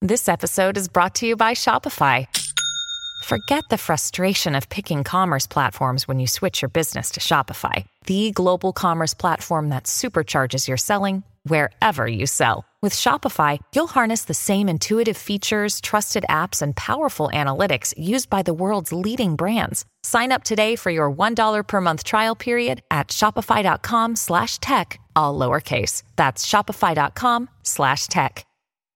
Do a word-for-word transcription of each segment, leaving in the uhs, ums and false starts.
This episode is brought to you by Shopify. Forget the frustration of picking commerce platforms when you switch your business to Shopify, the global commerce platform that supercharges your selling wherever you sell. With Shopify, you'll harness the same intuitive features, trusted apps, and powerful analytics used by the world's leading brands. Sign up today for your one dollar per month trial period at shopify.com slash tech, all lowercase. That's shopify.com slash tech.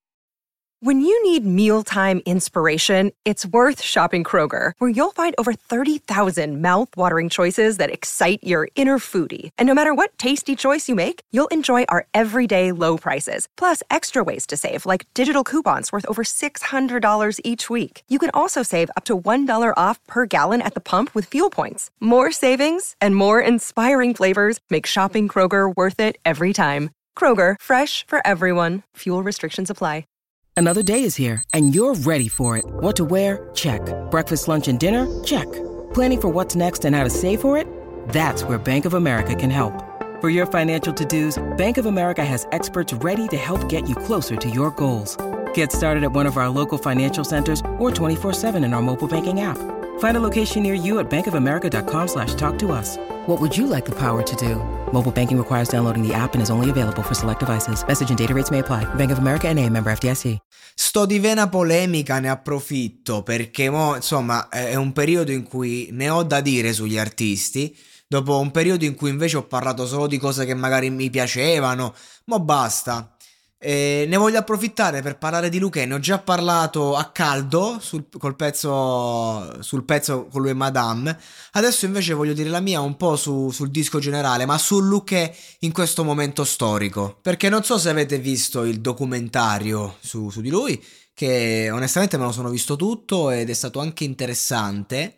When you need mealtime inspiration, it's worth shopping Kroger, where you'll find over thirty thousand mouth-watering choices that excite your inner foodie. And no matter what tasty choice you make, you'll enjoy our everyday low prices, plus extra ways to save, like digital coupons worth over six hundred dollars each week. You can also save up to one dollar off per gallon at the pump with fuel points. More savings and more inspiring flavors make shopping Kroger worth it every time. Kroger, fresh for everyone. Fuel restrictions apply. Another day is here, and you're ready for it. What to wear? Check. Breakfast, lunch, and dinner? Check. Planning for what's next and how to save for it? That's where Bank of America can help. For your financial to-dos, Bank of America has experts ready to help get you closer to your goals. Get started at one of our local financial centers or twenty-four seven in our mobile banking app. Find a location near you at bankofamerica.com slash talk to us. What would you like the power to do? Mobile banking requires downloading the app and is only available for select devices. Message and data rates may apply. Bank of America N A, member F D I C. Sto di vena polemica ne approfitto perché mo, insomma, è un periodo in cui ne ho da dire sugli artisti, dopo un periodo in cui invece ho parlato solo di cose che magari mi piacevano. Mo basta. E ne voglio approfittare per parlare di Luchè. Ne ho già parlato a caldo sul, col pezzo, sul pezzo con lui e Madame. Adesso invece voglio dire la mia un po' su, sul disco generale, ma su Luchè in questo momento storico, perché non so se avete visto il documentario su, su di lui, che onestamente me lo sono visto tutto ed è stato anche interessante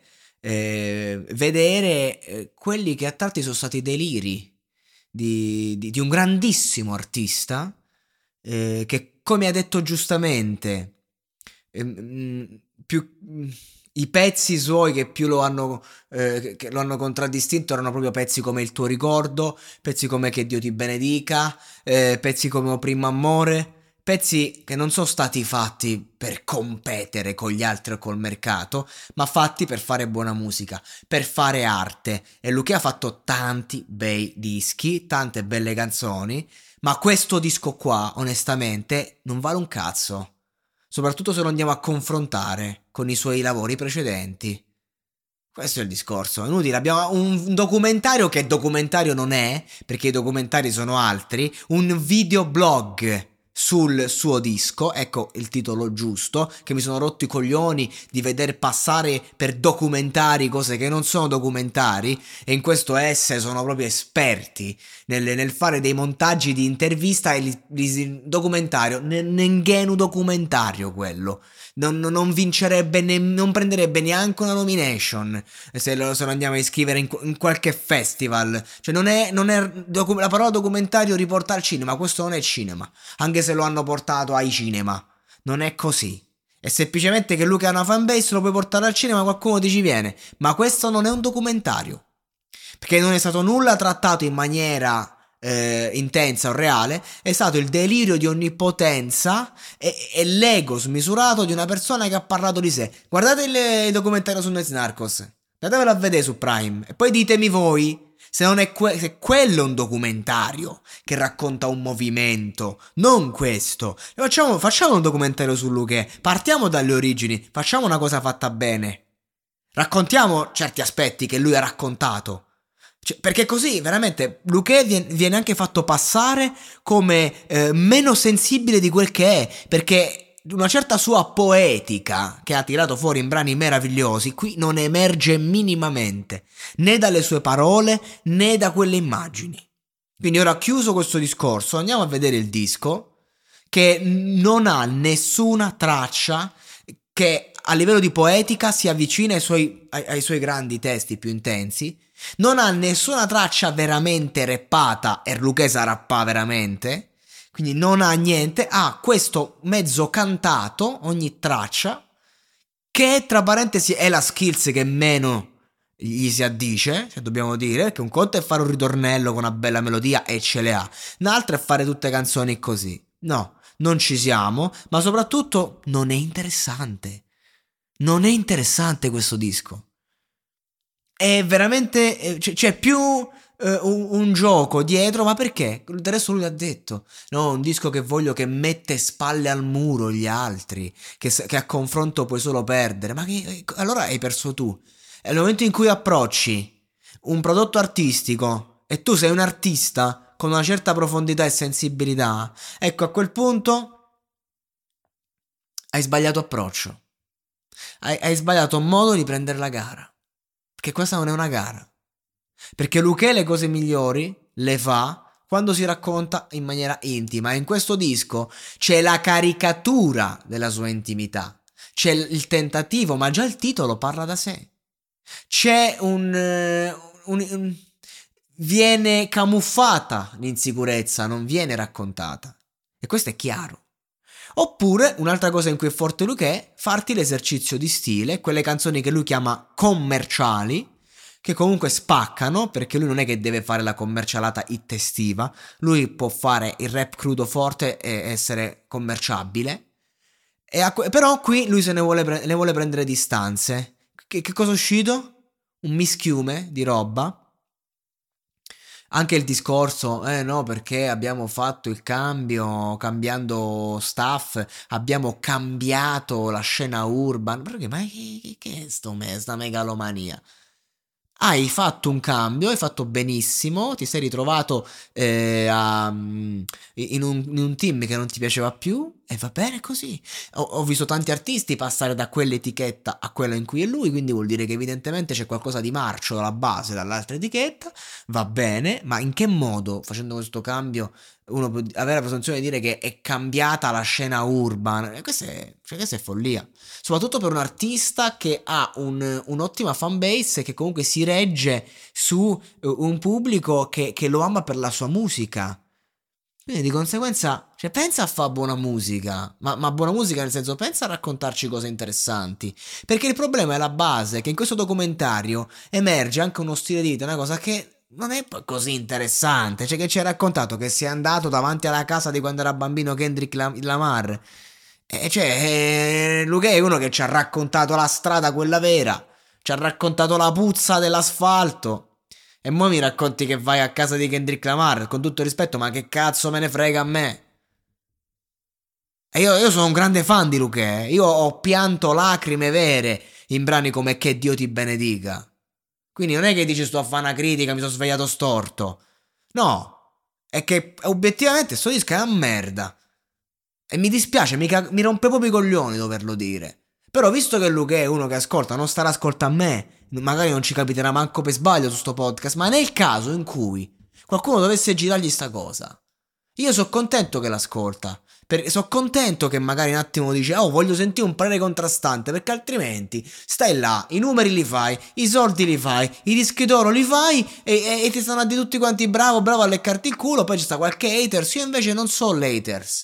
eh, vedere eh, quelli che a tratti sono stati i deliri di, di, di un grandissimo artista. Eh, che, come ha detto giustamente, eh, più i pezzi suoi che più lo hanno eh, che lo hanno contraddistinto erano proprio pezzi come Il tuo ricordo, pezzi come Che Dio ti benedica, eh, pezzi come O primo amore, pezzi che non sono stati fatti per competere con gli altri o col mercato, ma fatti per fare buona musica, per fare arte. E Luchè ha fatto tanti bei dischi, tante belle canzoni. Ma questo disco qua, onestamente, non vale un cazzo. Soprattutto se lo andiamo a confrontare con i suoi lavori precedenti. Questo è il discorso. È inutile. Abbiamo un documentario che documentario non è, perché i documentari sono altri. Un videoblog sul suo disco, ecco il titolo giusto, che mi sono rotto i coglioni di veder passare per documentari cose che non sono documentari, e in questo esse sono proprio esperti nel, nel fare dei montaggi di intervista e li, li, documentario, nenghenu documentario quello. Non, non vincerebbe, ne, non prenderebbe neanche una nomination se lo, se lo andiamo a iscrivere in, in qualche festival. Cioè non è, non è docu- la parola documentario riporta al cinema, questo non è cinema, anche se lo hanno portato ai cinema, non è così. È semplicemente che lui che ha una fanbase lo puoi portare al cinema, qualcuno ti ci viene, ma questo non è un documentario, perché non è stato nulla trattato in maniera Eh, intensa o reale, è stato il delirio di onnipotenza e, e l'ego smisurato di una persona che ha parlato di sé. Guardate il, il documentario su Noyz Narcos, andatevelo a vedere su Prime e poi ditemi voi se non è que- se quello è un documentario che racconta un movimento, non questo. Facciamo, facciamo un documentario su Luchè, partiamo dalle origini, facciamo una cosa fatta bene, raccontiamo certi aspetti che lui ha raccontato. Cioè, perché così veramente Luchè viene, viene anche fatto passare come eh, meno sensibile di quel che è, perché una certa sua poetica che ha tirato fuori in brani meravigliosi qui non emerge minimamente, né dalle sue parole né da quelle immagini. Quindi ora, chiuso questo discorso, andiamo a vedere il disco, che non ha nessuna traccia che a livello di poetica si avvicina ai suoi, ai, ai suoi grandi testi più intensi. Non ha nessuna traccia veramente rappata, e Luchè sa rappà veramente, quindi non ha niente. Ha questo mezzo cantato ogni traccia, che tra parentesi è la skills che meno gli si addice, cioè dobbiamo dire che un conto è fare un ritornello con una bella melodia e ce le ha, un altro è fare tutte canzoni così. No, non ci siamo, ma soprattutto non è interessante. Non è interessante questo disco. È veramente, c- c'è più eh, un, un gioco dietro, ma perché? Del resto lui ha detto, no, un disco che voglio che mette spalle al muro gli altri, che, s- che a confronto puoi solo perdere, ma che, allora hai perso tu. È il momento in cui approcci un prodotto artistico e tu sei un artista con una certa profondità e sensibilità, ecco, a quel punto hai sbagliato approccio, hai, hai sbagliato modo di prendere la gara. Perché questa non è una gara. Perché Luché le cose migliori le fa quando si racconta in maniera intima. E in questo disco c'è la caricatura della sua intimità. C'è il tentativo, ma già il titolo parla da sé. C'è un... un, un viene camuffata l'insicurezza, non viene raccontata. E questo è chiaro. Oppure, un'altra cosa in cui è forte lui è farti l'esercizio di stile, quelle canzoni che lui chiama commerciali, che comunque spaccano, perché lui non è che deve fare la commercialata hit estiva, lui può fare il rap crudo forte e essere commerciabile, e a, però qui lui se ne vuole, pre- ne vuole prendere distanze. Che, che cosa è uscito? Un mischiume di roba. Anche il discorso, eh no, perché abbiamo fatto il cambio, cambiando staff, abbiamo cambiato la scena urban. Perché, ma che, che è sto me, sta megalomania? Hai fatto un cambio, hai fatto benissimo, ti sei ritrovato eh, a- mm, in, un, in un team che non ti piaceva più e va bene così. Ho, ho visto tanti artisti passare da quell'etichetta a quella in cui è lui, quindi vuol dire che evidentemente c'è qualcosa di marcio dalla base, dall'altra etichetta, va bene, ma in che modo facendo questo cambio uno può avere la presunzione di dire che è cambiata la scena urban? E questa è, cioè, questa è follia. Soprattutto per un artista che ha un, un'ottima fanbase e che comunque si regge su un pubblico che, che lo ama per la sua musica. Quindi di conseguenza, cioè, pensa a fare buona musica, ma, ma buona musica nel senso, pensa a raccontarci cose interessanti. Perché il problema è la base, che in questo documentario emerge anche uno stile di vita, una cosa che non è poi così interessante. Cioè, che ci ha raccontato che si è andato davanti alla casa di quando era bambino Kendrick Lamar. E cioè, eh, Luca è uno che ci ha raccontato la strada, quella vera, ci ha raccontato la puzza dell'asfalto. E mo mi racconti che vai a casa di Kendrick Lamar, con tutto il rispetto, ma che cazzo me ne frega a me? E io, io sono un grande fan di Luché, io ho pianto lacrime vere in brani come Che Dio ti benedica. Quindi non è che dici sto a fare una critica, mi sono svegliato storto. No, è che obiettivamente sto disco è una merda. E mi dispiace, mi, ca- mi rompe proprio i coglioni doverlo dire. Però visto che Luke è uno che ascolta, non starà ascolta a me, magari non ci capiterà manco per sbaglio su sto podcast, ma nel caso in cui qualcuno dovesse girargli sta cosa, io sono contento che l'ascolta. Perché sono contento che magari un attimo dice oh voglio sentire un parere contrastante, perché altrimenti stai là, i numeri li fai, i soldi li fai, i dischi d'oro li fai e, e, e ti stanno a dire tutti quanti bravo bravo a leccarti il culo, poi ci sta qualche haters, io invece non so l'haters.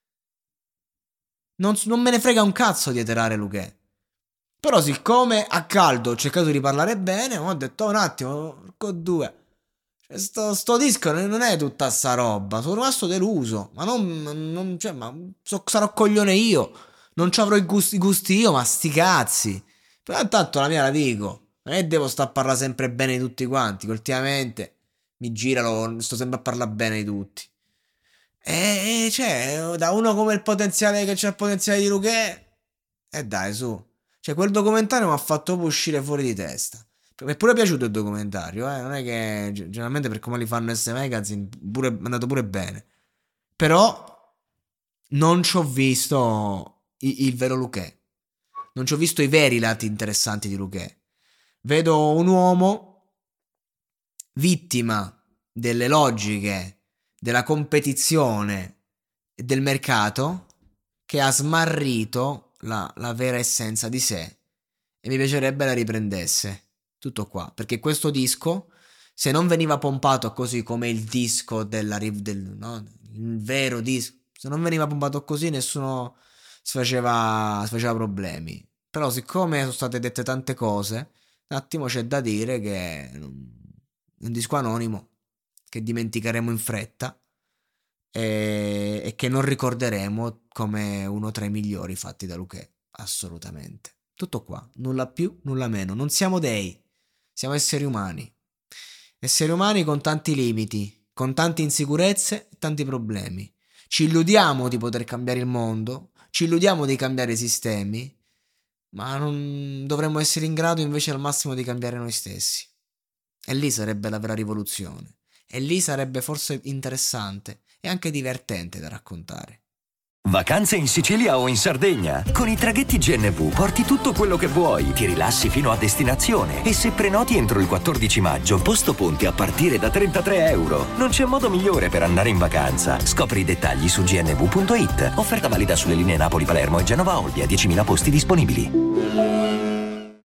Non, non me ne frega un cazzo di iterare Luché. Però siccome a caldo ho cercato di parlare bene, ho detto oh, un attimo, con due. Cioè, sto, sto disco non è tutta sta roba, sono rimasto deluso. Ma non, non cioè, ma so, sarò coglione io. Non ci avrò i gusti, i gusti io, ma sti cazzi. Però intanto la mia la dico. Non è che devo stare a parlare sempre bene di tutti quanti, che ultimamente mi girano, sto sempre a parlare bene di tutti. E cioè, da uno come il potenziale che c'ha il potenziale di Luché, e dai, su. Cioè, quel documentario mi ha fatto proprio uscire fuori di testa. Mi è pure piaciuto il documentario, eh. Non è che generalmente per come li fanno S Magazine, pure, è andato pure bene. Però non ci ho visto i- il vero Luché. Non ci ho visto i veri lati interessanti di Luché. Vedo un uomo vittima delle logiche della competizione e del mercato che ha smarrito la, la vera essenza di sé e mi piacerebbe la riprendesse. Tutto qua, perché questo disco, se non veniva pompato così come il disco della riv- del, no? Il vero disco, se non veniva pompato così nessuno si faceva, si faceva problemi. Però siccome sono state dette tante cose, un attimo c'è da dire che è un disco anonimo che dimenticheremo in fretta e, e che non ricorderemo come uno tra i migliori fatti da Luché, assolutamente. Tutto qua, nulla più, nulla meno. Non siamo dei, siamo esseri umani. Esseri umani con tanti limiti, con tante insicurezze e tanti problemi. Ci illudiamo di poter cambiare il mondo, ci illudiamo di cambiare i sistemi, ma non dovremmo essere in grado invece al massimo di cambiare noi stessi. E lì sarebbe la vera rivoluzione. E lì sarebbe forse interessante e anche divertente da raccontare. Vacanze in Sicilia o in Sardegna? Con i traghetti G N V porti tutto quello che vuoi, ti rilassi fino a destinazione e se prenoti entro il quattordici maggio, posto ponti a partire da trentatré euro. Non c'è modo migliore per andare in vacanza. Scopri i dettagli su g n v punto i t. Offerta valida sulle linee Napoli-Palermo e Genova-Olbia, diecimila posti disponibili.